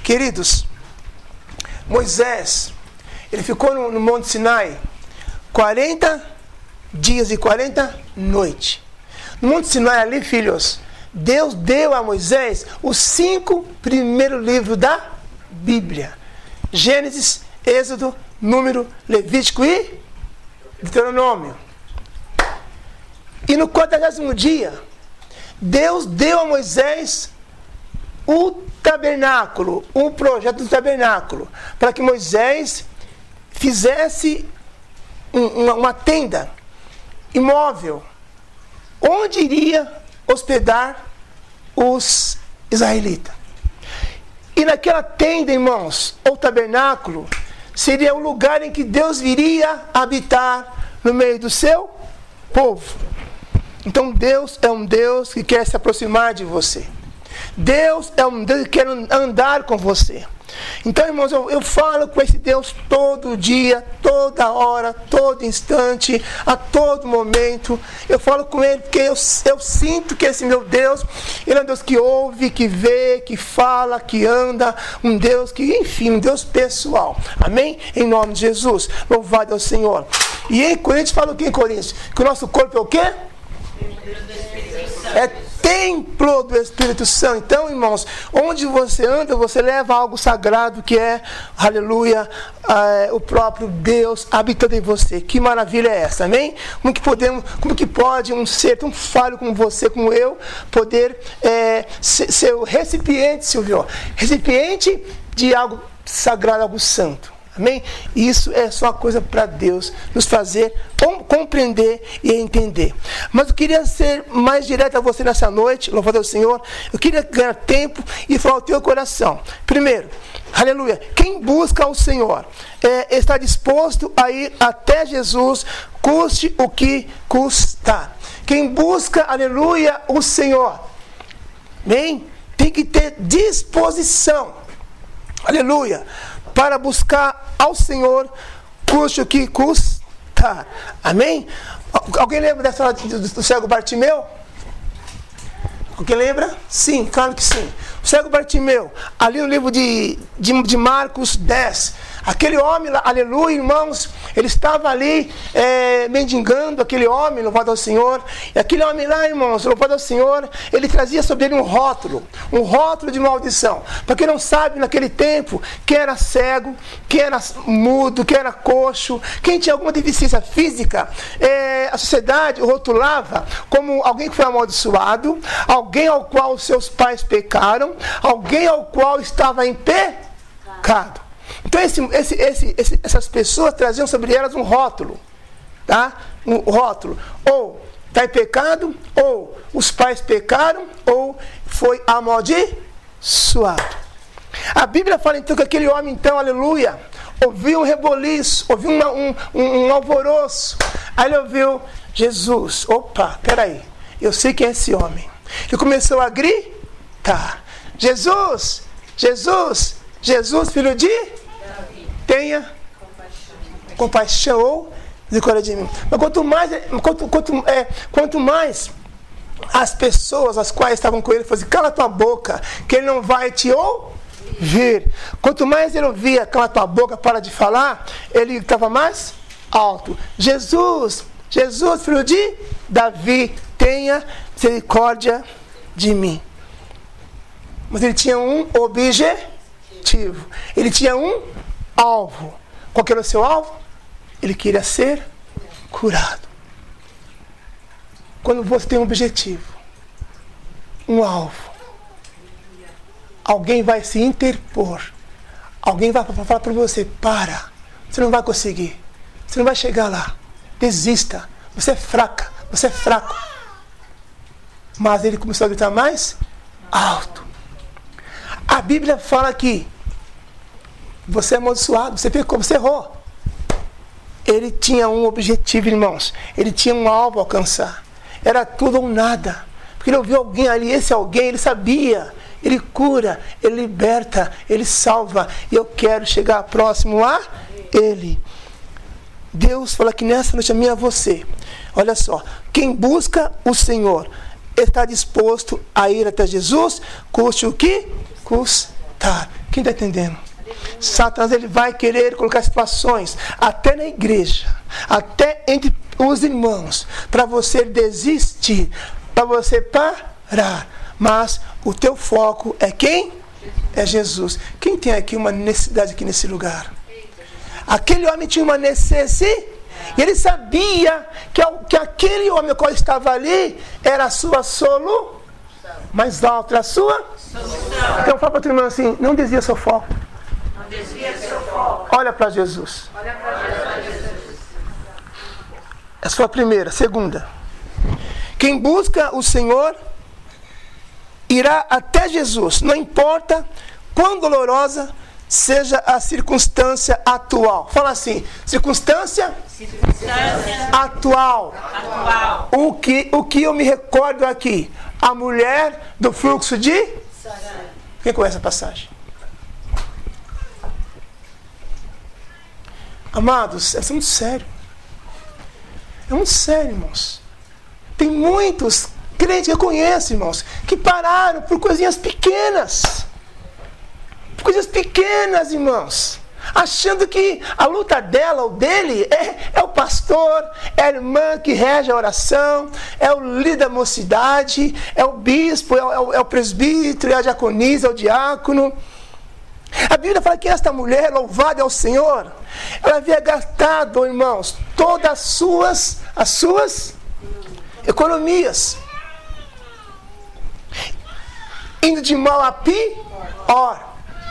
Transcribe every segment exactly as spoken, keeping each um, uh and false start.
Queridos, Moisés, ele ficou no, no Monte Sinai quarenta dias e quarenta noites. No Monte Sinai ali, filhos, Deus deu a Moisés os cinco primeiros livros da Bíblia. Gênesis, Êxodo, Número, Levítico e Deuteronômio. E no quadragésimo dia, Deus deu a Moisés o tabernáculo, o projeto do tabernáculo, para que Moisés fizesse um, uma, uma tenda imóvel, onde iria hospedar os israelitas. E naquela tenda, irmãos, ou tabernáculo, seria o lugar em que Deus viria habitar no meio do seu povo. Então Deus é um Deus que quer se aproximar de você. Deus é um Deus que quer andar com você. Então, irmãos, eu, eu falo com esse Deus todo dia, toda hora, todo instante, a todo momento. Eu falo com Ele porque eu, eu sinto que esse meu Deus, Ele é um Deus que ouve, que vê, que fala, que anda. Um Deus que, enfim, um Deus pessoal. Amém? Em nome de Jesus. Louvado é o Senhor. E em Coríntios fala o que em Coríntios? Que o nosso corpo é o quê? É templo do Espírito Santo. Então, irmãos, onde você anda, você leva algo sagrado que é, aleluia, é, o próprio Deus habitando em você. Que maravilha é essa, amém? Como que podemos, como que pode um ser tão falho como você, como eu, poder é, ser, ser o recipiente, Silvio, recipiente de algo sagrado, algo santo. Amém? Isso é só coisa para Deus nos fazer compreender e entender. Mas eu queria ser mais direto a você nessa noite, louvado ao Senhor. Eu queria ganhar tempo e falar ao teu coração. Primeiro, aleluia, quem busca o Senhor é, está disposto a ir até Jesus, custe o que custar. Quem busca, aleluia, o Senhor, bem, tem que ter disposição, aleluia, para buscar ao Senhor, custe o que custar. Amém? Alguém lembra da história do, do cego Bartimeu? Alguém lembra? Sim, claro que sim. O cego Bartimeu, ali no livro de, de, de Marcos dez, aquele homem lá, aleluia, irmãos, ele estava ali é, mendigando, aquele homem, louvado ao Senhor, e aquele homem lá, irmãos, louvado ao Senhor, ele trazia sobre ele um rótulo, um rótulo de maldição. Para quem não sabe, naquele tempo, quem era cego, quem era mudo, quem era coxo, quem tinha alguma deficiência física, é, a sociedade o rotulava como alguém que foi amaldiçoado, alguém ao qual os seus pais pecaram, alguém ao qual estava em pecado. Então esse, esse, esse, esse, essas pessoas traziam sobre elas um rótulo, tá? Um rótulo, ou está em pecado, ou os pais pecaram, ou foi amaldiçoado. A Bíblia fala então que aquele homem, então, aleluia, ouviu um reboliço, ouviu uma, um, um, um alvoroço. Aí ele ouviu Jesus. Opa, peraí, eu sei quem é esse homem. Ele começou a gritar: Jesus, Jesus, Jesus, filho de Davi, tenha compaixão, compaixão ou misericórdia de mim. Mas quanto mais, quanto, quanto, é, quanto mais as pessoas as quais estavam com ele falavam assim: cala tua boca, que ele não vai te ouvir. Quanto mais ele ouvia, cala tua boca, para de falar, ele estava mais alto: Jesus, Jesus, filho de Davi, tenha misericórdia de mim. Mas ele tinha um objetivo. Ele tinha um alvo. Qual que era o seu alvo? Ele queria ser curado. Quando você tem um objetivo, um alvo, alguém vai se interpor. Alguém vai falar para você: para, você não vai conseguir. Você não vai chegar lá. Desista. Você é fraca. Você é fraco. Mas ele começou a gritar mais alto. A Bíblia fala que você é amaldiçoado, você pecou, você errou. Ele tinha um objetivo, irmãos. Ele tinha um alvo a alcançar. Era tudo ou nada. Porque ele ouviu alguém ali, esse alguém, ele sabia. Ele cura, ele liberta, ele salva. E eu quero chegar próximo a ele. Deus fala que nessa noite a minha você. Olha só, quem busca o Senhor está disposto a ir até Jesus, custe o que custar. Quem está entendendo? Satanás ele vai querer colocar situações, até na igreja, até entre os irmãos, para você desistir, para você parar. Mas o teu foco é quem? É Jesus. Quem tem aqui uma necessidade aqui nesse lugar? Aquele homem tinha uma necessidade. E ele sabia que, que aquele homem qual estava ali era a sua solução. Mais alto, era a sua solução. Então fala para o teu irmão assim, não desvia seu foco. Não desvia seu foco. Olha para Jesus. Olha para Jesus. Essa foi a primeira. Segunda. Quem busca o Senhor irá até Jesus, não importa quão dolorosa seja a circunstância atual. Fala assim, circunstância, circunstância atual. atual. O que, o que eu me recordo aqui? A mulher do fluxo de sangue. Quem conhece a passagem? Amados, é muito sério. É muito sério, irmãos. Tem muitos crentes que eu conheço, irmãos, que pararam por coisinhas pequenas. Por coisas pequenas, irmãos. Achando que a luta dela ou dele é, é o pastor, é a irmã que rege a oração, é o líder da mocidade, é o bispo, é o, é o presbítero, é a diaconisa, é o diácono. A Bíblia fala que esta mulher, louvada é o Senhor, ela havia gastado, irmãos, todas as suas, as suas economias. Indo de mal a pior.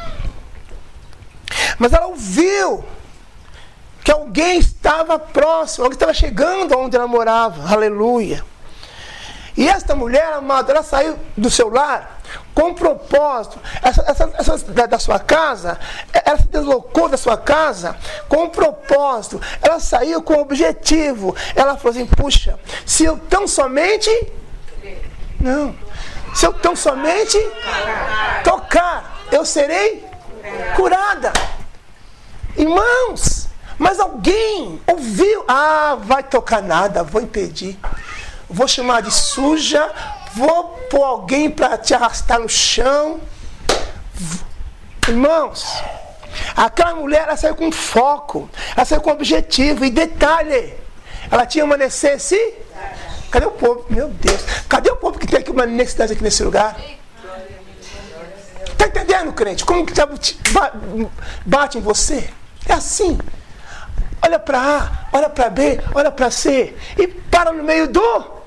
Mas ela ouviu que alguém estava próximo, alguém estava chegando onde ela morava. Aleluia. E esta mulher, amada, ela saiu do seu lar com um propósito. Essa, essa, essa da, da sua casa, ela se deslocou da sua casa com um propósito. Ela saiu com um objetivo. Ela falou assim, puxa, se eu tão somente... Não. Se eu tão somente tocar, eu serei curada. Irmãos, mas alguém ouviu, ah, vai tocar nada, vou impedir. Vou chamar de suja, vou pôr alguém para te arrastar no chão. Irmãos, aquela mulher, ela saiu com foco, ela saiu com objetivo. E detalhe, ela tinha uma necessidade. Cadê o povo? Meu Deus, cadê o povo que tem aqui uma necessidade aqui nesse lugar? Está entendendo, crente? Como que bate em você? É assim. Olha para A, olha para B, olha para C e para no meio do...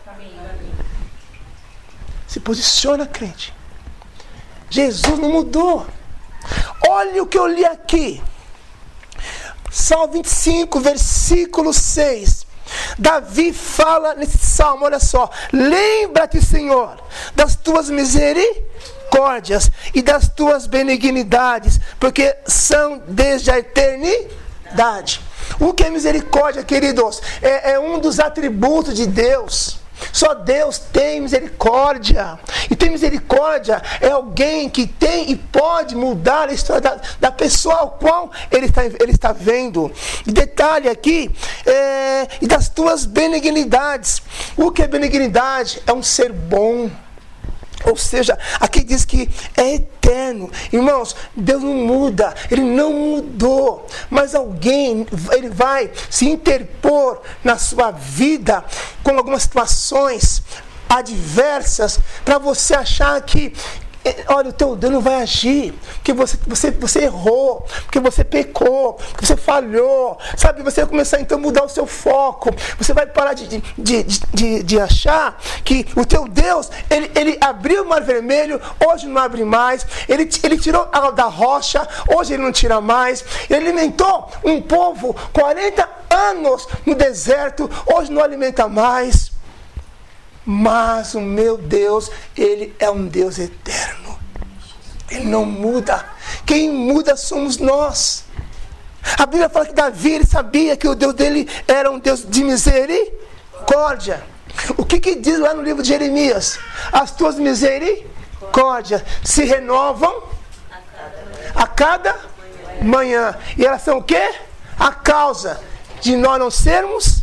Se posiciona, crente. Jesus não mudou. Olha o que eu li aqui. Salmo vinte e cinco, versículo seis. Davi fala nesse salmo, olha só. Lembra-te, Senhor, das tuas misericórdias e das tuas benignidades, porque são desde a eternidade. O que é misericórdia, queridos? É, é um dos atributos de Deus. Só Deus tem misericórdia. E ter misericórdia é alguém que tem e pode mudar a história da, da pessoa ao qual ele está, ele está vendo. E detalhe aqui, é, e das tuas benignidades. O que é benignidade? É um ser bom. Ou seja, aqui diz que é eterno. Irmãos, Deus não muda, Ele não mudou. Mas alguém, Ele vai se interpor na sua vida com algumas situações adversas para você achar que, olha, o teu Deus não vai agir, porque você, você, você errou, porque você pecou, porque você falhou, sabe? Você vai começar então a mudar o seu foco, você vai parar de, de, de, de, de achar que o teu Deus, ele, ele abriu o mar vermelho, hoje não abre mais, ele, ele tirou água da rocha, hoje ele não tira mais, ele alimentou um povo quarenta anos no deserto, hoje não alimenta mais. Mas o meu Deus, Ele é um Deus eterno. Ele não muda. Quem muda somos nós. A Bíblia fala que Davi, ele sabia que o Deus dele era um Deus de misericórdia. O que que diz lá no livro de Jeremias? As tuas misericórdias se renovam a cada manhã. E elas são o quê? A causa de nós não sermos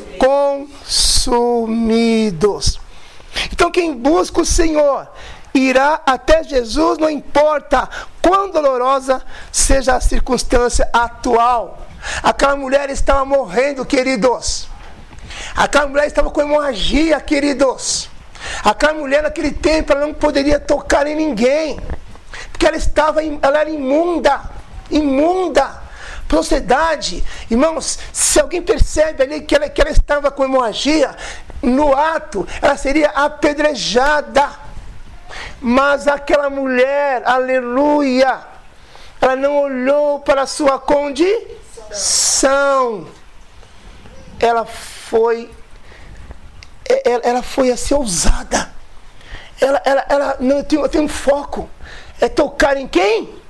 consumidos. Então quem busca o Senhor irá até Jesus, não importa quão dolorosa seja a circunstância atual. Aquela mulher estava morrendo, queridos. Aquela mulher estava com hemorragia, queridos. Aquela mulher naquele tempo ela não poderia tocar em ninguém, porque ela estava, ela era imunda, imunda. Sociedade, irmãos, se alguém percebe ali que ela, que ela estava com hemorragia, no ato, ela seria apedrejada. Mas aquela mulher, aleluia, ela não olhou para a sua condição. Ela foi, ela, ela foi assim ousada. Ela, ela, ela não tem, tem um foco. É tocar em quem?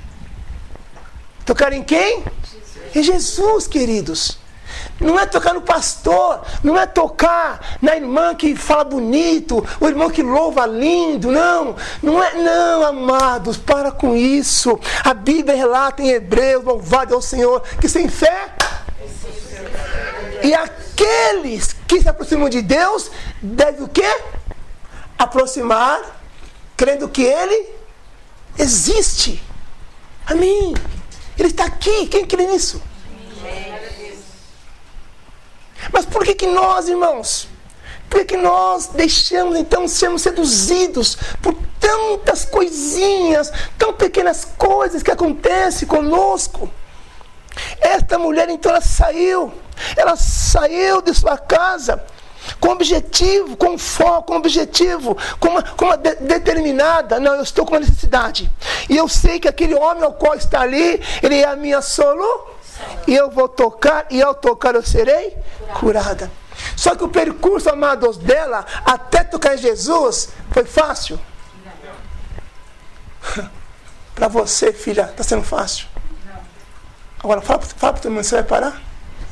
Tocar em quem? Jesus. Em Jesus, queridos. Não é tocar no pastor, não é tocar na irmã que fala bonito, o irmão que louva lindo, não. Não é, não, amados, para com isso. A Bíblia relata em Hebreus, louvado é o Senhor, que sem fé... E aqueles que se aproximam de Deus, devem o quê? Aproximar, crendo que Ele existe. Amém. Ele está aqui. Quem crê nisso? Mas por que que nós, irmãos, por que que nós deixamos então sermos seduzidos por tantas coisinhas, tão pequenas coisas que acontecem conosco? Esta mulher então ela saiu, ela saiu de sua casa com objetivo, com foco, com objetivo, com uma, com uma de, determinada. Não, eu estou com uma necessidade. E eu sei que aquele homem ao qual está ali, ele é a minha solução. E eu vou tocar, e ao tocar eu serei curada. Só que o percurso, amados, dela, até tocar em Jesus, foi fácil? Para você, filha, está sendo fácil? Agora, fala, fala para o teu irmão, você vai parar?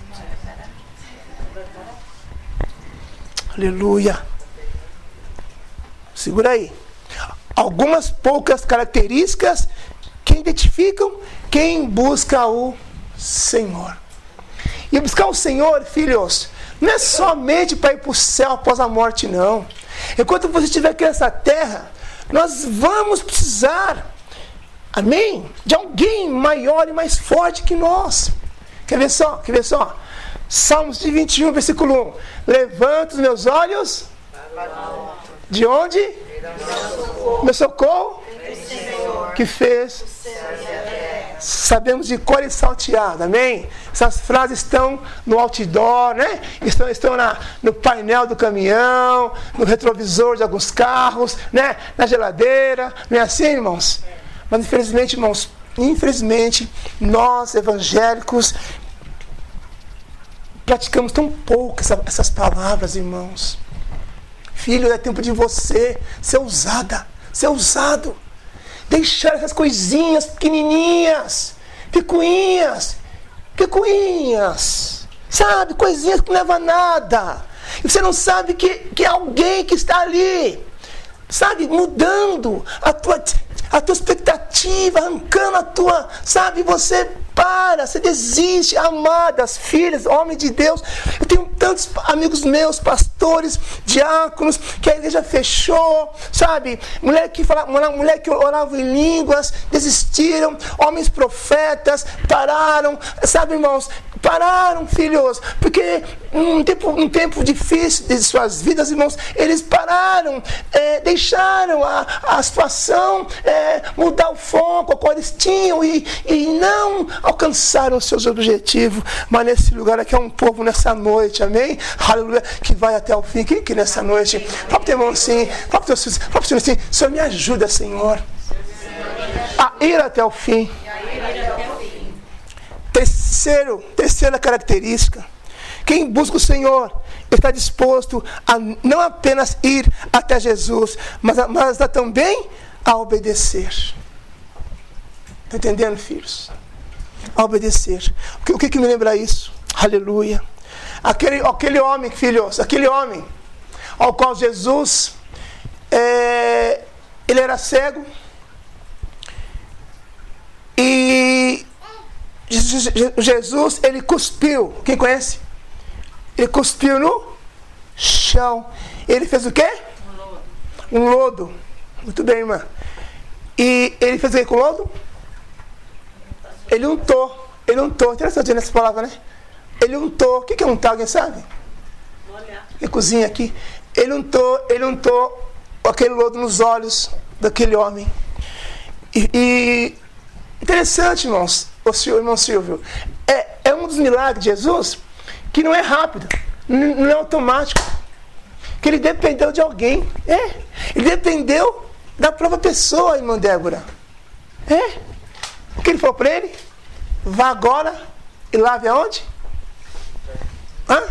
Aleluia. Segura aí. Algumas poucas características que identificam quem busca o Senhor. E buscar o Senhor, filhos, não é somente para ir para o céu após a morte, não. Enquanto você estiver aqui nessa terra, nós vamos precisar, amém, de alguém maior e mais forte que nós. Quer ver só? Quer ver só? Salmos vinte e um, versículo um. Levanto os meus olhos. De onde? Meu socorro. Que fez. Sabemos de cor e salteado, amém? Essas frases estão no outdoor, né? Estão, estão na, no painel do caminhão, no retrovisor de alguns carros, né? Na geladeira, não é assim, irmãos? Mas infelizmente, irmãos, infelizmente, nós evangélicos praticamos tão pouco essa, essas palavras, irmãos. Filho, é tempo de você ser ousada, ser ousado. Deixar essas coisinhas pequenininhas, picuinhas, picuinhas, sabe? Coisinhas que não levam a nada. E você não sabe que, que é alguém que está ali, sabe? Mudando a tua, a tua expectativa, arrancando a tua, sabe? Você para, você desiste, amadas, filhas, homens de Deus. Eu tenho tantos amigos meus, pastores, diáconos, que a igreja fechou, sabe? Mulher que, falava, mulher que orava em línguas, desistiram. Homens profetas pararam, sabe, irmãos? Pararam, filhos, porque num tempo, num tempo difícil de suas vidas, irmãos, eles pararam, é, deixaram a, a situação é, mudar o foco, o qual eles tinham, e, e não alcançaram os seus objetivos. Mas nesse lugar aqui é um povo nessa noite, amém? Aleluia, que vai até o fim. Quem que nessa noite? Fala para o teu irmão assim, fala para o teu irmão assim, Senhor, me ajuda, Senhor, a ir até o fim. Terceiro, terceira característica: quem busca o Senhor está disposto a não apenas ir até Jesus, mas, a, mas a também a obedecer. Está entendendo, filhos? A obedecer. O que, o que, que me lembra isso? Aleluia. Aquele, aquele homem, filhos, aquele homem ao qual Jesus, é, ele era cego, e Jesus, ele cuspiu. Quem conhece? Ele cuspiu no chão. Ele fez o quê? Um lodo. Um lodo. Muito bem, irmã. E ele fez o que com o lodo? Ele untou. Ele untou. Interessante nessa palavra, né? Ele untou. O que é untar? Alguém sabe? Olhar. Ele cozinha aqui. Ele untou, ele untou aquele lodo nos olhos daquele homem. E, e interessante, irmãos, o senhor, irmão Silvio, é, é um dos milagres de Jesus que não é rápido, n- não é automático, que ele dependeu de alguém. É, ele dependeu da própria pessoa, irmã Débora. É, o que ele falou para ele? Vá agora e lave aonde? Hã?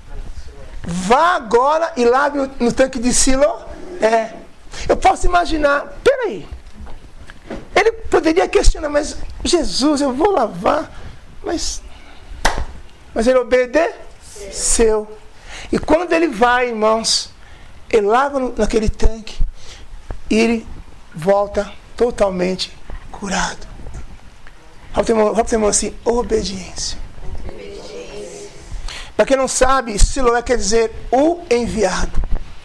Vá agora e lave no, no tanque de Siloé. É. Eu posso imaginar, peraí, ele poderia questionar, mas Jesus, eu vou lavar, mas, mas ele obedeceu. E quando ele vai, irmãos, ele lava no, naquele tanque e ele volta totalmente curado. Fala para o seu irmão assim, obediência. obediência. Para quem não sabe, Siloé quer dizer o enviado.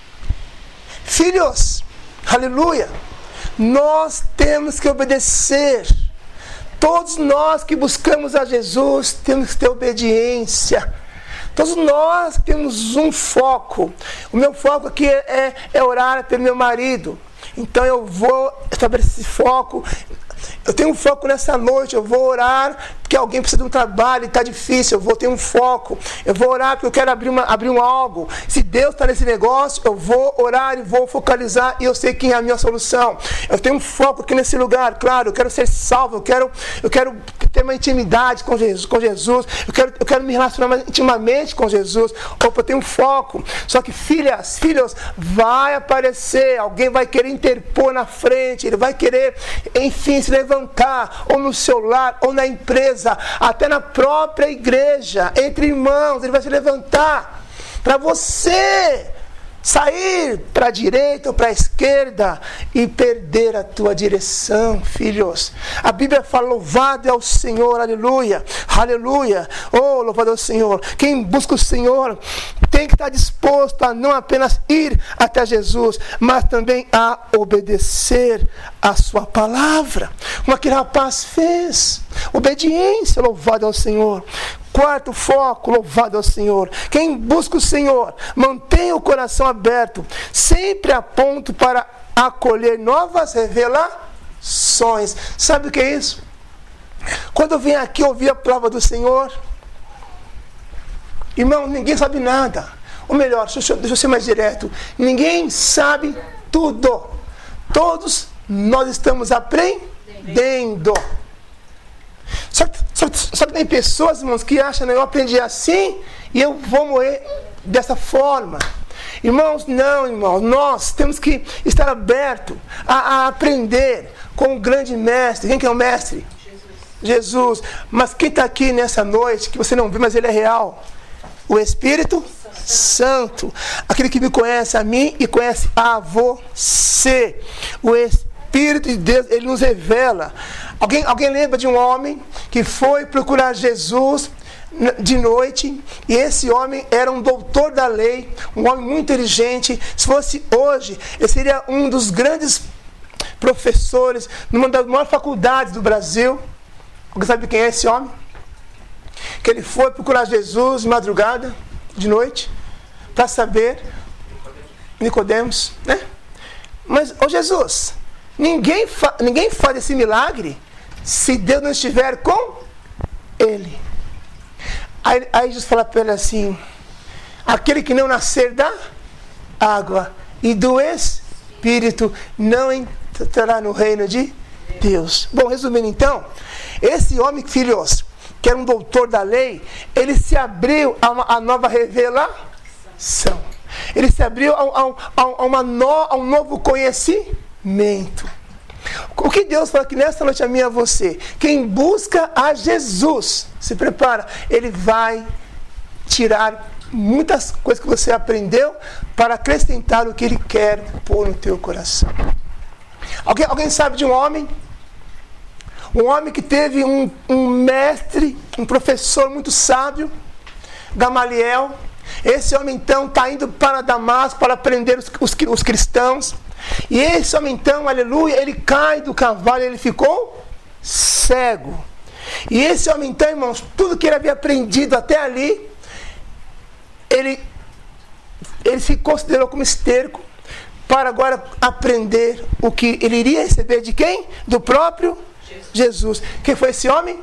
Filhos, aleluia, nós temos que obedecer. Todos nós que buscamos a Jesus temos que ter obediência. Todos nós temos um foco. O meu foco aqui é, é, é orar pelo meu marido. Então eu vou estabelecer esse foco. Eu tenho um foco nessa noite, eu vou orar porque alguém precisa de um trabalho e está difícil, eu vou ter um foco. Eu vou orar porque eu quero abrir, uma, abrir um algo. Se Deus está nesse negócio, eu vou orar e vou focalizar e eu sei quem é a minha solução. Eu tenho um foco aqui nesse lugar, claro, eu quero ser salvo, eu quero, eu quero ter uma intimidade com Jesus, com Jesus. Eu, quero, eu quero me relacionar mais intimamente com Jesus. Opa, eu tenho um foco. Só que filhas, filhos, vai aparecer, alguém vai querer interpor na frente, ele vai querer, enfim, se levantar, ou no seu lar, ou na empresa, até na própria igreja, entre irmãos, ele vai se levantar para você sair para a direita ou para a esquerda e perder a tua direção, filhos. A Bíblia fala, louvado é o Senhor, aleluia, aleluia, oh, louvado é o Senhor. Quem busca o Senhor tem que estar disposto a não apenas ir até Jesus, mas também a obedecer a sua palavra, como aquele rapaz fez. Obediência, louvado é o Senhor. Quarto foco, louvado ao Senhor. Quem busca o Senhor, mantenha o coração aberto, sempre a ponto para acolher novas revelações. Sabe o que é isso? Quando eu venho aqui ouvir a palavra do Senhor, irmão, ninguém sabe nada. Ou melhor, deixa eu, deixa eu ser mais direto, ninguém sabe tudo. Todos nós estamos aprendendo. Só que, só, só que tem pessoas, irmãos, que acham, né, eu aprendi assim e eu vou morrer dessa forma. Irmãos, não, irmãos, nós temos que estar abertos a, a aprender com o grande mestre. Quem que é o mestre? Jesus. Jesus. Mas quem está aqui nessa noite, que você não vê, mas ele é real? O Espírito Santo. Aquele que me conhece a mim e conhece a você. O Espírito de Deus, ele nos revela. Alguém, alguém lembra de um homem que foi procurar Jesus de noite, e esse homem era um doutor da lei, um homem muito inteligente. Se fosse hoje, ele seria um dos grandes professores numa das maiores faculdades do Brasil. Alguém sabe quem é esse homem? Que ele foi procurar Jesus de madrugada, de noite, para saber, Nicodemos, né? Mas, ô Jesus, ninguém, fa- ninguém faz esse milagre se Deus não estiver com ele. Aí, aí Jesus fala para ele assim, aquele que não nascer da água e do Espírito não entrará no reino de Deus. Bom, resumindo então, esse homem, filhos, que era um doutor da lei, ele se abriu a uma a nova revelação. Ele se abriu a, a, a, uma no, a um novo conhecimento. O que Deus fala que nesta noite a mim e a você, quem busca a Jesus, se prepara, ele vai tirar muitas coisas que você aprendeu para acrescentar o que ele quer pôr no teu coração. Alguém, alguém sabe de um homem? Um homem que teve um, um mestre, um professor muito sábio, Gamaliel. Esse homem então está indo para Damasco para prender os, os, os cristãos. E esse homem então, aleluia, ele cai do cavalo e ele ficou cego. E esse homem então, irmãos, tudo que ele havia aprendido até ali, ele, ele se considerou como esterco para agora aprender o que ele iria receber de quem? Do próprio Jesus. Jesus. Quem foi esse homem?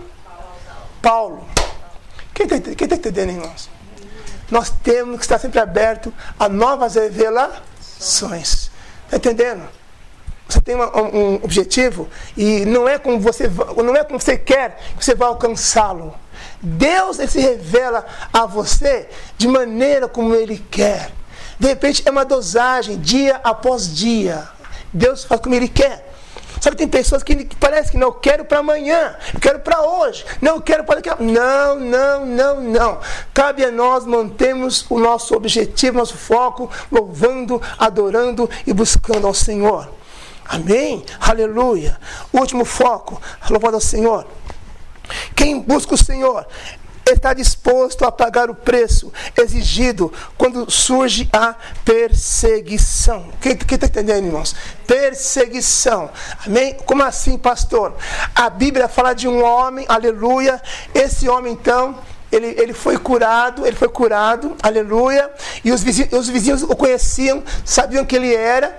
Paulo. Quem está quem tá entendendo, irmãos? Nós temos que estar sempre aberto a novas revelações. Está entendendo? Você tem uma, um objetivo e não é como você, não é como você quer que você vai alcançá-lo. Deus ele se revela a você de maneira como Ele quer. De repente é uma dosagem, dia após dia. Deus faz como Ele quer. Sabe, tem pessoas que parece que não, eu quero para amanhã, eu quero para hoje, não, eu quero para daqui a... Não, não, não, não. Cabe a nós mantermos o nosso objetivo, nosso foco, louvando, adorando e buscando ao Senhor. Amém? Aleluia. Último foco, louvado ao Senhor. Quem busca o Senhor está disposto a pagar o preço exigido quando surge a perseguição. Quem está entendendo, irmãos? Perseguição. Amém? Como assim, pastor? A Bíblia fala de um homem, aleluia. Esse homem, então, ele, ele foi curado, ele foi curado, aleluia. E os vizinhos, os vizinhos o conheciam, sabiam que ele era.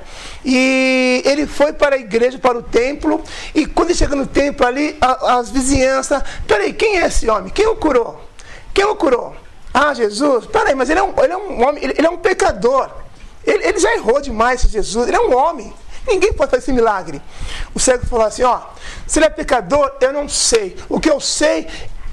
E ele foi para a igreja, para o templo. E quando ele chega no templo ali, a, as vizinhanças... Peraí, quem é esse homem? Quem o curou? Quem o curou? Ah, Jesus? Peraí, mas ele é um, ele é um homem, ele, ele é um pecador. Ele, ele já errou demais, Jesus. Ele é um homem. Ninguém pode fazer esse milagre. O cego falou assim, ó... Se ele é pecador, eu não sei. O que eu sei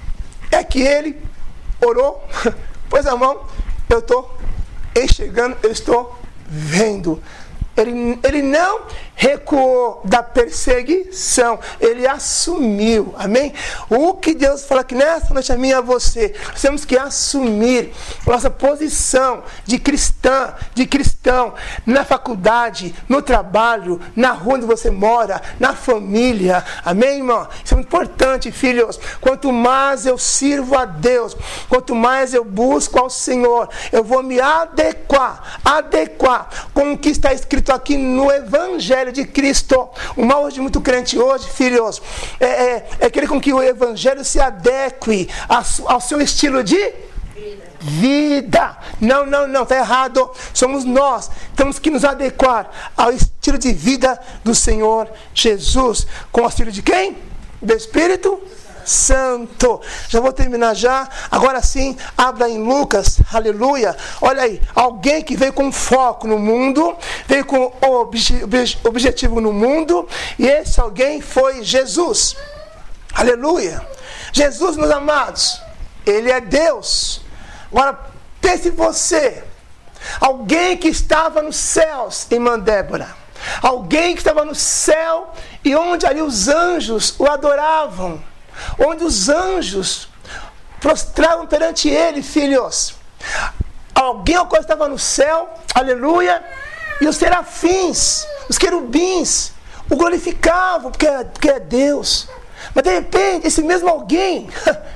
é que ele orou, pôs a mão, eu estou enxergando, eu estou vendo. Ele, ele não recuou da perseguição, ele assumiu, amém? O que Deus fala que nessa noite a mim e a você, nós temos que assumir nossa posição de cristã, de cristão, na faculdade, no trabalho, na rua onde você mora, na família, amém, irmão? Isso é muito importante, filhos. Quanto mais eu sirvo a Deus, quanto mais eu busco ao Senhor, eu vou me adequar, adequar com o que está escrito aqui no Evangelho de Cristo. O mal de muito crente hoje, filhos, é, é, é querer com que o Evangelho se adeque ao, ao seu estilo de vida. vida. Não, não, não, está errado. Somos nós, temos que nos adequar ao estilo de vida do Senhor Jesus. Com o auxílio de quem? Do Espírito Santo. Já vou terminar já. Agora sim, abra em Lucas, aleluia. Olha aí, alguém que veio com foco no mundo, veio com obje, obje, objetivo no mundo, e esse alguém foi Jesus. Aleluia. Jesus, meus amados, Ele é Deus. Agora, pense você, alguém que estava nos céus em Mandébora, alguém que estava no céu e onde ali os anjos o adoravam, onde os anjos prostravam perante ele, filhos. Alguém ao qual estava no céu, aleluia, e os serafins, os querubins, o glorificavam, porque é, porque é Deus. Mas de repente, esse mesmo alguém,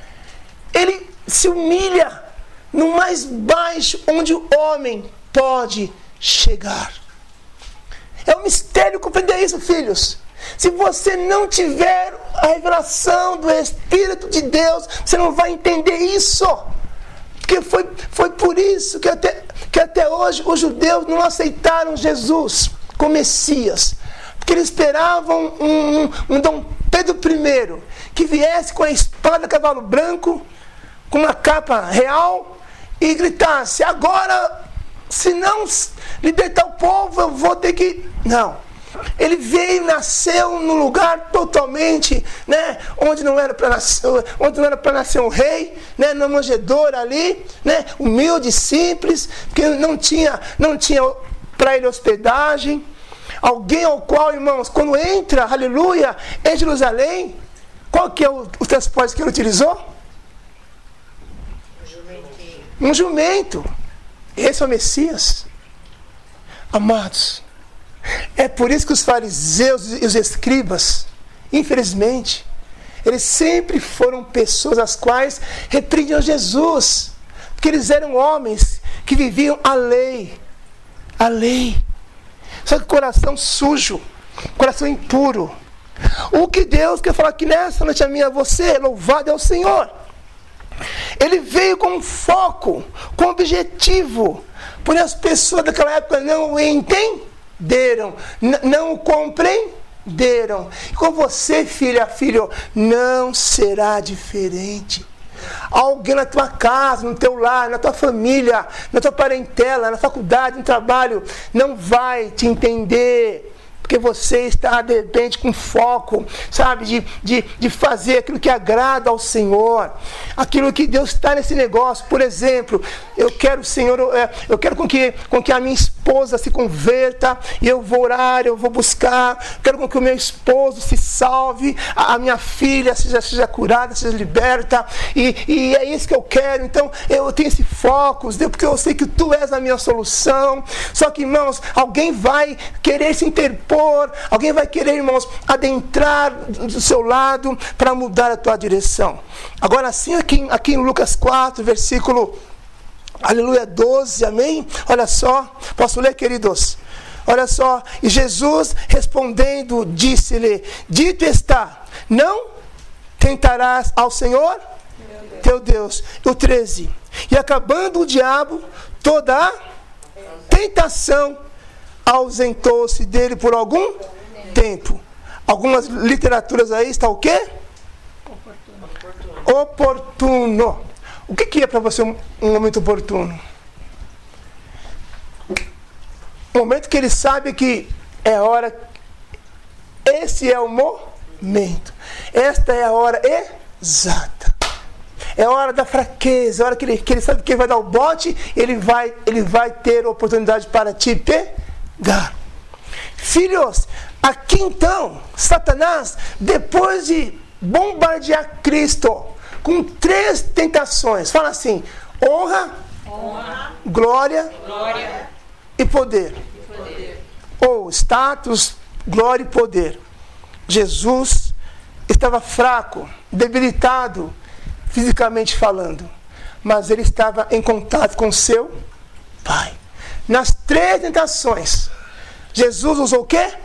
ele se humilha no mais baixo onde o homem pode chegar. É um mistério compreender isso, filhos. Se você não tiver a revelação do Espírito de Deus, você não vai entender isso. Porque foi, foi por isso que até, que até hoje os judeus não aceitaram Jesus como Messias. Porque eles esperavam um, um, um Dom Pedro I, que viesse com a espada a cavalo branco, com uma capa real, e gritasse, agora, se não libertar o povo, eu vou ter que... Não. Ele veio, nasceu num lugar totalmente, né, onde não era para nascer, onde não era para nascer um rei, né, numa manjedoura ali, né, humilde, simples, porque não tinha, não tinha para ele hospedagem. Alguém ao qual, irmãos, quando entra, aleluia, em Jerusalém, qual que é o, o transporte que ele utilizou? Um jumento. Esse é o Messias. Amados, é por isso que os fariseus e os escribas, infelizmente, eles sempre foram pessoas as quais repreendiam Jesus, porque eles eram homens que viviam a lei, a lei. só que coração sujo, coração impuro. O que Deus quer falar aqui nessa noite a mim, a você, louvado é o Senhor. Ele veio com foco, com objetivo, porém as pessoas daquela época não o entenderam, n- não o compreenderam. E com você, filha, filho, não será diferente. Alguém na tua casa, no teu lar, na tua família, na tua parentela, na faculdade, no trabalho, não vai te entender. Porque você está, de repente, com foco, sabe, de, de, de fazer aquilo que agrada ao Senhor. Aquilo que Deus está nesse negócio. Por exemplo, eu quero, Senhor, eu, eu quero com que, com que a minha esposa se converta, e eu vou orar, eu vou buscar. Quero com que o meu esposo se salve, a, a minha filha seja, seja curada, seja liberta. E, e é isso que eu quero. Então, eu tenho esse foco, Deus, porque eu sei que Tu és a minha solução. Só que, irmãos, alguém vai querer se interpor. Alguém vai querer, irmãos, adentrar do seu lado para mudar a tua direção. Agora sim, aqui, aqui em Lucas quatro, versículo, aleluia, doze, amém? Olha só, posso ler, queridos? Olha só, e Jesus respondendo, disse-lhe, dito está, não tentarás ao Senhor, Deus. teu Deus. O treze, e acabando o diabo, toda a tentação ausentou-se dele por algum tempo. Algumas literaturas aí está o quê? Oportuno. Oportuno. O que, que é para você um, um momento oportuno? O momento que ele sabe que é a hora, esse é o momento. Esta é a hora exata. É a hora da fraqueza, é a hora que ele, que ele sabe que ele vai dar o bote, ele vai, ele vai ter oportunidade para te pegar. Filhos, aqui então, Satanás, depois de bombardear Cristo com três tentações, fala assim, honra, honra glória, glória e, poder. e poder. Ou status, glória e poder. Jesus estava fraco, debilitado, fisicamente falando, mas ele estava em contato com seu Pai. Nas três tentações, Jesus usou o quê?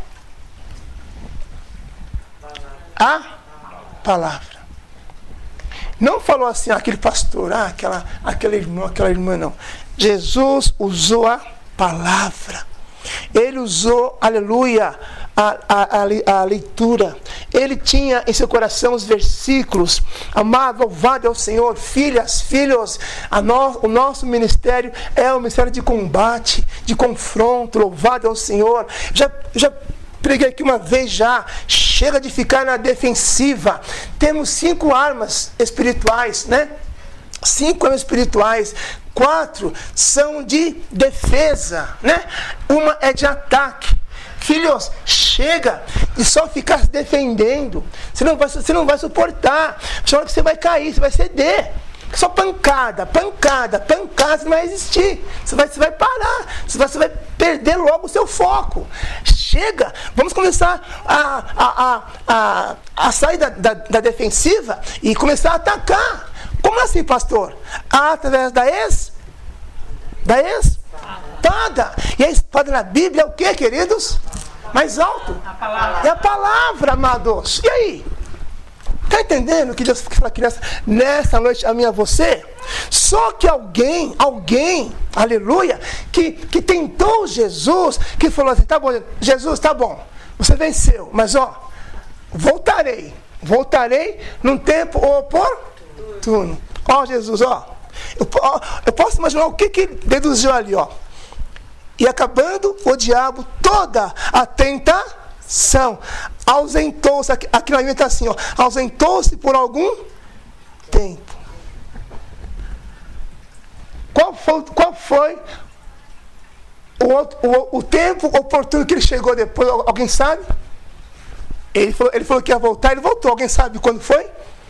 A palavra. Não falou assim, ah, aquele pastor, ah, aquela, aquele irmão, aquela irmã, não. Jesus usou a palavra. Ele usou, aleluia, a, a, a, a leitura. Ele tinha em seu coração os versículos. Amado, louvado é o Senhor. Filhas, filhos, a no, o nosso ministério é um ministério de combate, de confronto. Louvado é o Senhor. Já, já preguei aqui uma vez já. Chega de ficar na defensiva. Temos cinco armas espirituais, né? Cinco armas espirituais. Quatro são de defesa, né? Uma é de ataque. Filhos, chega de só ficar se defendendo. Você não vai, você não vai suportar. Você hora que você vai cair, você vai ceder. Só pancada, pancada, pancada, você não vai existir. Você vai, você vai parar. Você vai, você vai perder logo o seu foco. Chega, vamos começar a, a, a, a, a sair da, da, da defensiva e começar a atacar. Como assim, pastor? Através da es? Da espada. E a espada na Bíblia é o que, queridos? Mais alto. A palavra. É a palavra, amados. E aí? Está entendendo o que Deus fala aqui nessa, nessa noite a mim e a você? Só que alguém, alguém, aleluia, que, que tentou Jesus, que falou assim, tá bom, Jesus, tá bom, você venceu, mas ó, voltarei, voltarei num tempo oportuno. Ó Jesus, ó, eu, ó, eu posso imaginar o que que ele deduziu ali, ó. E acabando o diabo toda a tentação, ausentou-se, aqui, aqui na Bíblia está assim, ó, ausentou-se por algum tempo. Qual foi, qual foi o, outro, o, o tempo oportuno que ele chegou depois? Alguém sabe? Ele falou, ele falou que ia voltar, ele voltou. Alguém sabe quando foi?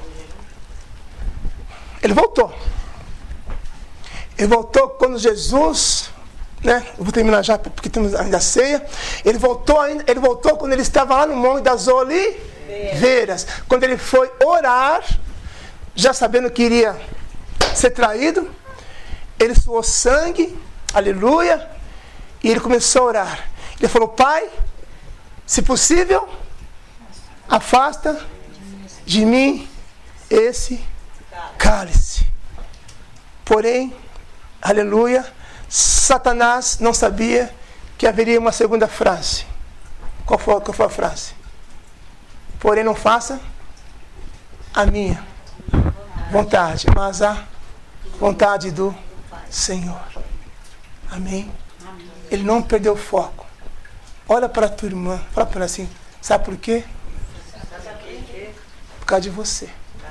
Ele voltou. Ele voltou quando Jesus, né? Eu vou terminar já porque temos ainda a ceia. Ele voltou, ainda, ele voltou quando ele estava lá no Monte das Oliveiras. Quando ele foi orar, já sabendo que iria ser traído, ele suou sangue, aleluia, e ele começou a orar. Ele falou, Pai, se possível, afasta de mim esse cálice. Porém, aleluia, Satanás não sabia que haveria uma segunda frase. Qual foi, qual foi a frase? Porém, não faça a minha vontade, mas a vontade do Senhor. Amém? Ele não perdeu o foco. Olha para a tua irmã, fala para ela assim, sabe por quê? Por causa de você.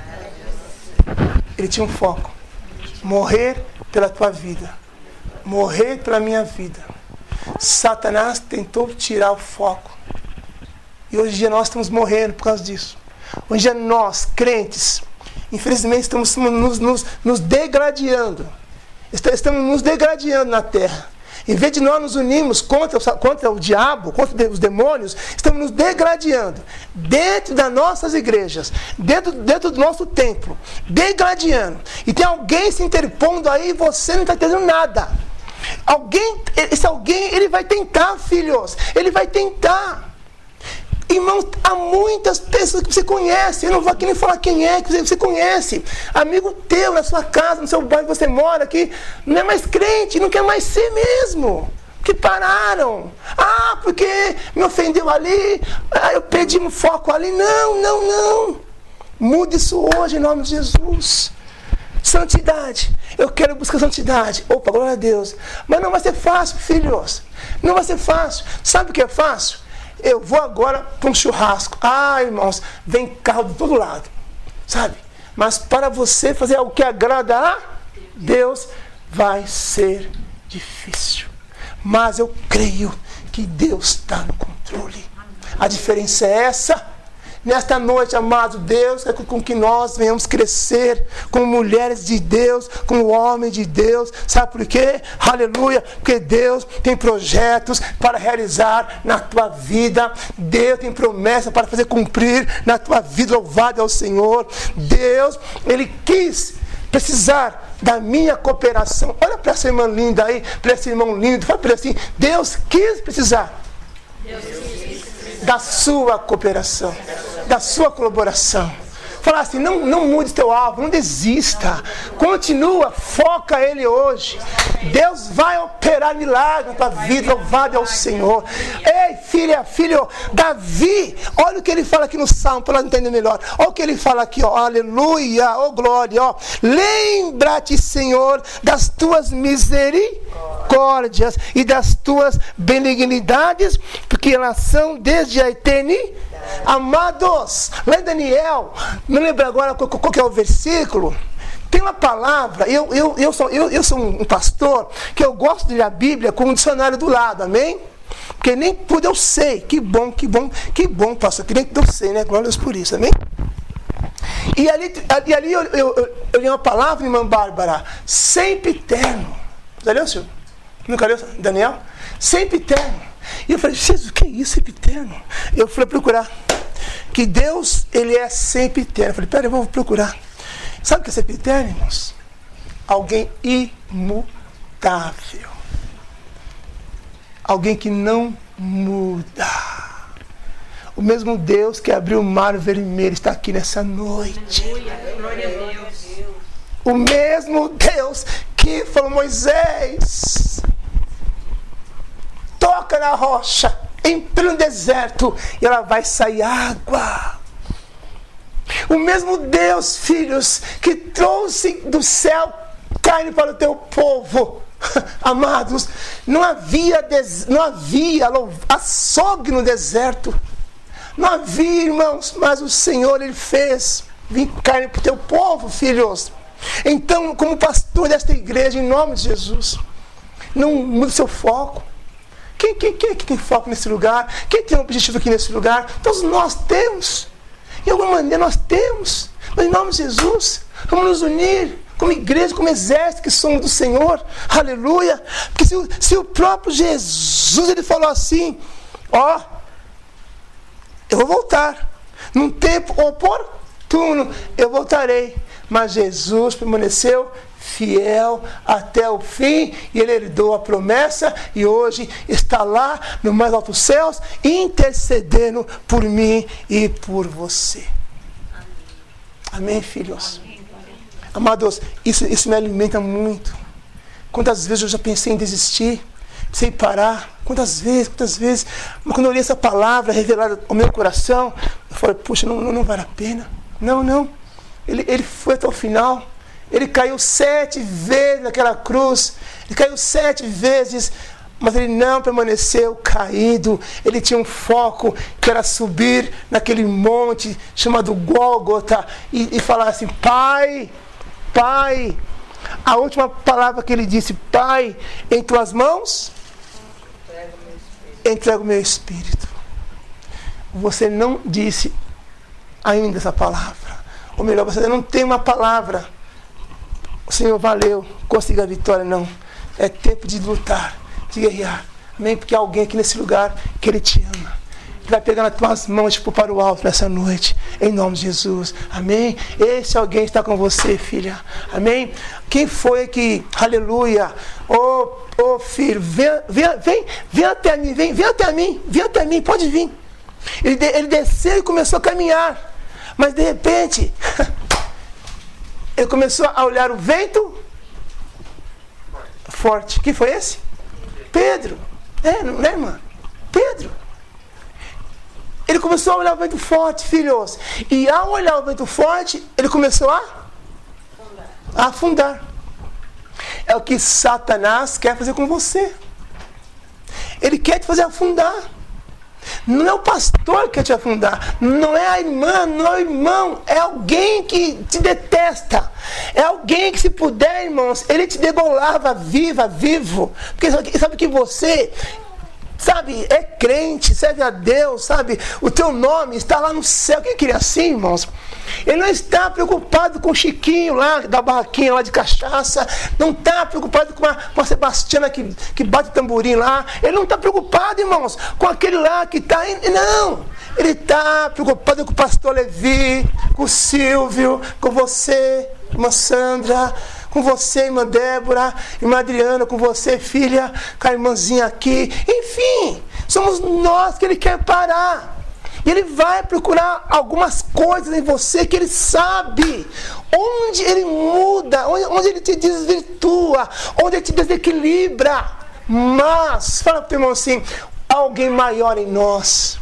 Ele tinha um foco. Morrer pela tua vida. Morrer pela minha vida. Satanás tentou tirar o foco. E hoje em dia nós estamos morrendo por causa disso. Hoje em dia nós, crentes, infelizmente estamos nos, nos, nos degradando. Estamos nos degradando na terra. Em vez de nós nos unirmos contra, contra o diabo, contra os demônios, estamos nos degradando. Dentro das nossas igrejas, dentro, dentro do nosso templo, degradando. E tem alguém se interpondo aí e você não está entendendo nada. Alguém, esse alguém, ele vai tentar, filhos. Ele vai tentar. Irmãos, há muitas pessoas que você conhece. Eu não vou aqui nem falar quem é, que você conhece. Amigo teu, na sua casa, no seu bairro que você mora aqui, não é mais crente, não quer mais ser mesmo. Que pararam. Ah, porque me ofendeu ali, ah, eu perdi um foco ali. Não, não, não. Mude isso hoje em nome de Jesus. Santidade. Eu quero buscar santidade. Opa, glória a Deus. Mas não vai ser fácil, filhos. Não vai ser fácil. Sabe o que é fácil? Eu vou agora para um churrasco. Ah, irmãos, vem carro de todo lado. Sabe? Mas para você fazer algo que agrada a Deus, vai ser difícil. Mas eu creio que Deus está no controle. A diferença é essa. Nesta noite, amado Deus, é com que nós venhamos crescer como mulheres de Deus, como homens de Deus. Sabe por quê? Aleluia! Porque Deus tem projetos para realizar na tua vida. Deus tem promessa para fazer cumprir na tua vida. Louvado é o Senhor. Deus, Ele quis precisar da minha cooperação. Olha para essa irmã linda aí, para esse irmão lindo. Fala para ele assim, Deus quis precisar. Deus quis. Da sua cooperação, da sua colaboração. Falar assim, não, não mude teu alvo, não desista. Continua, foca ele hoje. Deus vai operar milagre na tua vida, louvado é o Senhor. Ei, filha, filho, Davi, olha o que ele fala aqui no Salmo, para nós entender melhor. Olha o que ele fala aqui, ó, aleluia, ó glória, ó. Lembra-te, Senhor, das tuas misericórdias e das tuas benignidades, porque elas são desde a eternidade. Amados, lá em Daniel, não lembro agora qual, qual que é o versículo. Tem uma palavra, eu, eu, eu, sou, eu, eu sou um pastor que eu gosto de ler a Bíblia com um dicionário do lado, amém? Porque nem tudo eu sei, que bom, que bom, que bom, pastor, que nem tudo eu sei, né? Glória a Deus por isso, amém? E ali, e ali eu, eu, eu, eu li uma palavra, irmã Bárbara, sempiterno. Já leu, senhor? Nunca leu, Daniel? Sempiterno. E eu falei, Jesus, o que é isso, sempiterno? Eu fui procurar. Que Deus, Ele é sempiterno. Eu falei, pera, eu vou procurar. Sabe o que é sempiterno, irmãos? Alguém imutável. Alguém que não muda. O mesmo Deus que abriu o mar vermelho está aqui nessa noite. O mesmo Deus que falou, Moisés, toca na rocha, entra no deserto e ela vai sair água. O mesmo Deus, filhos, que trouxe do céu carne para o teu povo. Amados, não havia, des... não havia açougue no deserto. Não havia, irmãos, mas o Senhor, Ele fez vir carne para o teu povo, filhos. Então, como pastor desta igreja, em nome de Jesus, não mude seu foco. Quem, quem, quem é que tem foco nesse lugar? Quem tem um objetivo aqui nesse lugar? Todos nós temos. De alguma maneira nós temos. Mas em nome de Jesus, vamos nos unir como igreja, como exército que somos do Senhor. Aleluia. Porque se, se o próprio Jesus, Ele falou assim, ó, eu vou voltar. Num tempo oportuno, eu voltarei. Mas Jesus permaneceu fiel até o fim, e ele herdou a promessa, e hoje está lá no mais altos céus, intercedendo por mim e por você. Amém, filhos? Amém. Amados, isso, isso me alimenta muito. Quantas vezes eu já pensei em desistir, pensei em parar, quantas vezes, quantas vezes, mas quando eu li essa palavra revelada ao meu coração, eu falei, puxa, não, não, não vale a pena. Não, não, ele, ele foi até o final. Ele caiu sete vezes naquela cruz. Ele caiu sete vezes, mas ele não permaneceu caído. Ele tinha um foco, que era subir naquele monte chamado Gólgota e, e falar assim, Pai, Pai. A última palavra que ele disse, Pai, em tuas mãos entrego o meu espírito. Você não disse ainda essa palavra. Ou melhor, você não tem uma palavra. O Senhor, valeu, consiga a vitória, não. É tempo de lutar, de guerrear. Amém? Porque há alguém aqui nesse lugar que Ele te ama. Ele vai pegar nas tuas mãos tipo, para o alto nessa noite. Em nome de Jesus. Amém? Esse alguém está com você, filha. Amém? Quem foi que, aleluia, ô oh, oh, filho, vem, vem, vem, vem até mim, vem, vem até mim, vem até mim, pode vir. Ele, ele desceu e começou a caminhar. Mas de repente... ele começou a olhar o vento forte. Quem foi esse? Pedro. É, não é, irmã? Pedro. Ele começou a olhar o vento forte, filhos. E ao olhar o vento forte, ele começou a afundar. A afundar. É o que Satanás quer fazer com você. Ele quer te fazer afundar. Não é o pastor que quer te afundar, não é a irmã, não é o irmão, é alguém que te detesta, é alguém que, se puder, irmãos, ele te degolava viva, vivo, porque sabe que você, sabe, é crente, serve a Deus, sabe, o teu nome está lá no céu. Quem queria assim, irmãos? Ele não está preocupado com o Chiquinho lá, da barraquinha lá de cachaça. Não está preocupado com a, com a Sebastiana que, que bate o tamborim lá. Ele não está preocupado, irmãos, com aquele lá que está... Não! Ele está preocupado com o pastor Levi, com o Silvio, com você, irmã Sandra, com você, irmã Débora, irmã Adriana, com você, filha, com a irmãzinha aqui. Enfim, somos nós que ele quer parar. E ele vai procurar algumas coisas em você que ele sabe onde ele muda, onde, onde ele te desvirtua, onde ele te desequilibra. Mas, fala para o teu irmão assim, alguém maior em nós.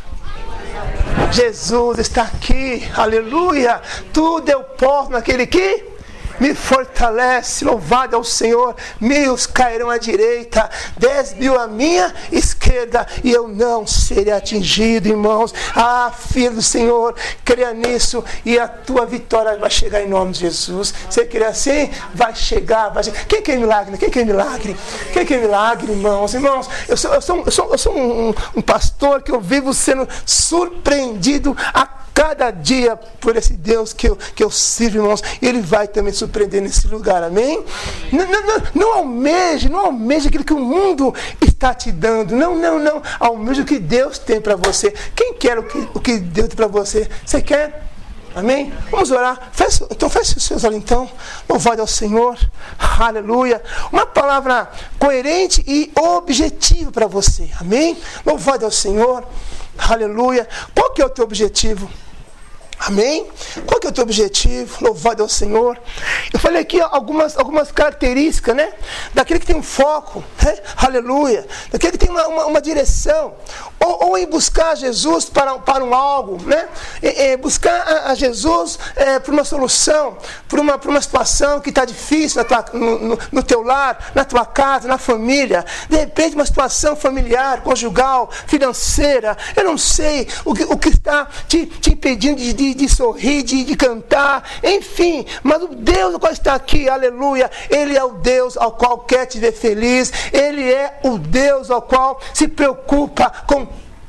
Jesus está aqui, aleluia. Tudo eu posso naquele que me fortalece. Louvado é o Senhor. Mil cairão à direita, dez mil à minha esquerda, e eu não serei atingido, irmãos. Ah, filho do Senhor, creia nisso, e a tua vitória vai chegar em nome de Jesus. Você crê assim? Vai chegar, vai chegar. Quem quer milagre? Quem quer milagre? Quem quer milagre, irmãos? Irmãos, eu sou, eu sou, eu sou, eu sou um, um pastor que eu vivo sendo surpreendido a cada dia por esse Deus que eu, que eu sirvo, irmãos. E Ele vai também surpreender nesse lugar, amém? Não, não, não, não almeje, não almeje aquilo que o mundo está te dando. Não, não, não. Almeje o que Deus tem para você. Quem quer o que, o que Deus tem para você? Você quer? Amém? Vamos orar. Feche, então feche os seus olhos então. Louvado ao Senhor. Aleluia. Uma palavra coerente e objetiva para você. Amém? Louvado ao Senhor. Aleluia. Qual que é o teu objetivo? Amém? Qual que é o teu objetivo? Louvado é o Senhor. Eu falei aqui algumas, algumas características, né? Daquele que tem um foco, né? Aleluia. Daquele que tem uma, uma, uma direção. Ou, ou em buscar Jesus para, para um algo, né? E, e buscar a, a Jesus é, por uma solução, por uma, por uma situação que está difícil na tua, no, no, no teu lar, na tua casa, na família. De repente uma situação familiar, conjugal, financeira. Eu não sei o que, o que está te, te impedindo de, de de sorrir, de, de cantar, enfim, mas o Deus ao qual está aqui, aleluia, Ele é o Deus ao qual quer te ver feliz, Ele é o Deus ao qual se preocupa com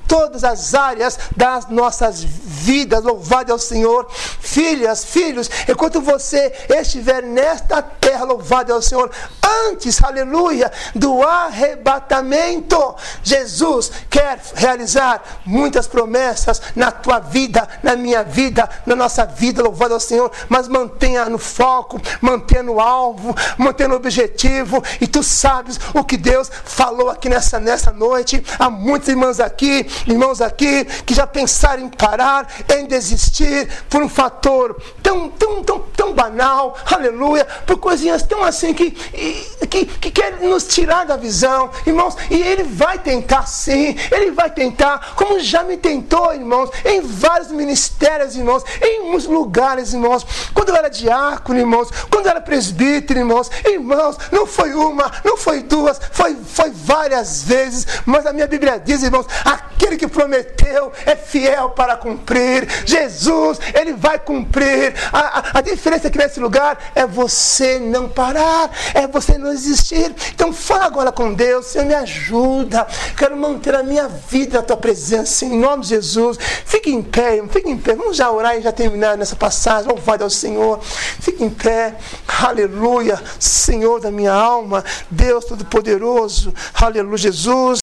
todas as áreas das nossas vidas. Louvado é o Senhor. Filhas, filhos, enquanto você estiver nesta terra, louvado é o Senhor, antes, aleluia, do arrebatamento, Jesus quer realizar muitas promessas na tua vida, na minha vida, na nossa vida, louvado ao Senhor, mas mantenha no foco, mantenha no alvo, mantenha no objetivo, e tu sabes o que Deus falou aqui nessa, nessa noite. Há muitos irmãos aqui, irmãos aqui, que já pensaram em parar, em desistir, por um fator tão, tão, tão, tão banal, aleluia, por coisinhas tão assim que, que, que querem nos tirar da visão, irmãos, e ele vai tentar sim, ele vai tentar, como já me tentou, irmãos, em vários ministérios, irmãos, em muitos lugares, irmãos, quando eu era diácono, irmãos, quando eu era presbítero, irmãos, irmãos, não foi uma, não foi duas, foi, foi várias vezes, mas a minha Bíblia diz, irmãos, aquele que prometeu é fiel para cumprir. Jesus, ele vai cumprir. A, a, a diferença aqui nesse lugar é você não parar, é você não desistir. Então fala agora com Deus: Senhor, me ajuda, quero manter a minha vida na tua presença, em nome de Jesus. Fique em pé, fique em pé, vamos já orar e já terminar nessa passagem. Louvado ao Senhor, fique em pé, aleluia, Senhor da minha alma, Deus Todo-Poderoso, aleluia, Jesus.